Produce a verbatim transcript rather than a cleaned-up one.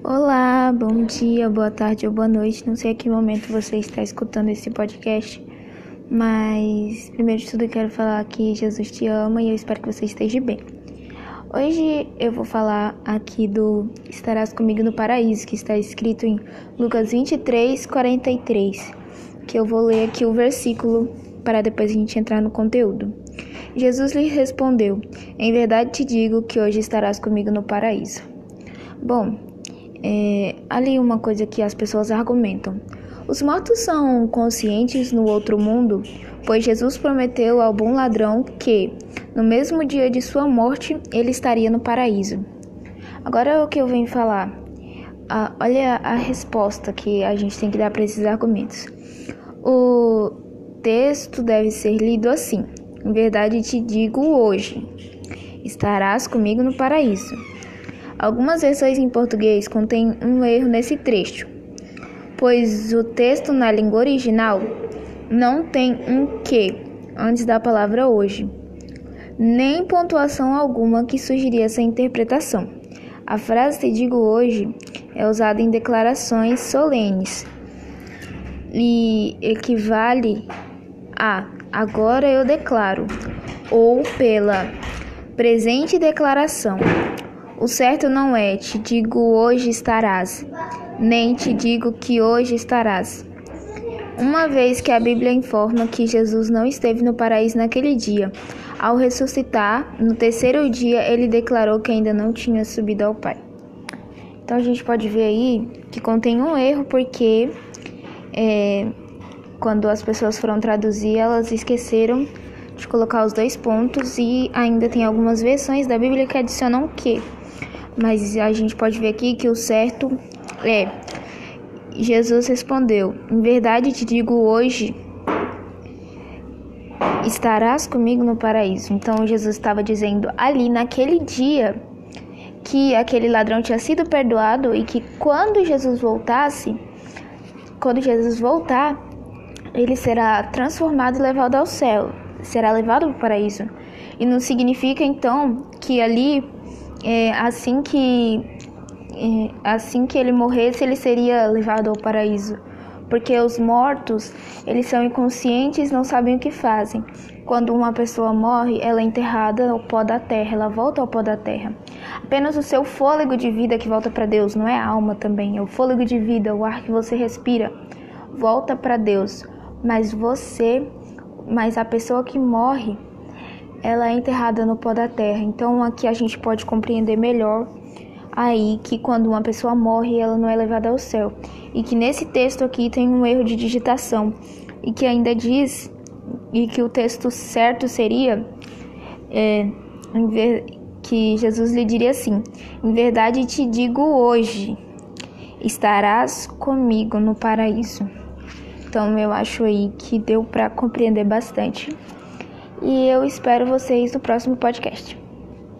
Olá, bom dia, boa tarde ou boa noite. Não sei a que momento você está escutando esse podcast, mas primeiro de tudo eu quero falar que Jesus te ama e eu espero que você esteja bem. Hoje eu vou falar aqui do Estarás Comigo no Paraíso, que está escrito em Lucas vinte e três, quarenta e três, que eu vou ler aqui o versículo para depois a gente entrar no conteúdo. Jesus lhe respondeu: em verdade te digo que hoje estarás comigo no paraíso. Bom, é, ali uma coisa que as pessoas argumentam. Os mortos são conscientes no outro mundo, pois Jesus prometeu ao bom ladrão que, no mesmo dia de sua morte, ele estaria no paraíso. Agora o que eu venho falar. Ah, olha a resposta que a gente tem que dar para esses argumentos. O texto deve ser lido assim: em verdade te digo hoje, estarás comigo no paraíso. Algumas versões em português contêm um erro nesse trecho, pois o texto na língua original não tem um que antes da palavra hoje, nem pontuação alguma que sugeria essa interpretação. A frase te digo hoje é usada em declarações solenes e equivale a agora eu declaro, ou pela presente declaração. O certo não é te digo hoje estarás, nem te digo que hoje estarás. Uma vez que a Bíblia informa que Jesus não esteve no paraíso naquele dia, ao ressuscitar, no terceiro dia ele declarou que ainda não tinha subido ao Pai. Então a gente pode ver aí que contém um erro, porque é, quando as pessoas foram traduzir, elas esqueceram de colocar os dois pontos e ainda tem algumas versões da Bíblia que adicionam que. Mas a gente pode ver aqui que o certo é: Jesus respondeu, em verdade te digo hoje, estarás comigo no paraíso. Então Jesus estava dizendo ali naquele dia que aquele ladrão tinha sido perdoado e que quando Jesus voltasse, quando Jesus voltar, ele será transformado e levado ao céu, será levado para o paraíso. E não significa então que ali É, assim que é, assim que ele morresse, ele seria levado ao paraíso, porque os mortos, eles são inconscientes, não sabem o que fazem. Quando uma pessoa morre, ela é enterrada ao pó da terra, ela volta ao pó da terra. Apenas o seu fôlego de vida que volta para Deus, não é a alma também, é o fôlego de vida, o ar que você respira, volta para Deus. Mas você, mas a pessoa que morre, ela é enterrada no pó da terra. Então aqui a gente pode compreender melhor aí que quando uma pessoa morre, ela não é levada ao céu. E que nesse texto aqui tem um erro de digitação. E que ainda diz, e que o texto certo seria, é, em ver, que Jesus lhe diria assim: em verdade te digo hoje, estarás comigo no paraíso. Então eu acho aí que deu para compreender bastante. E eu espero vocês no próximo podcast.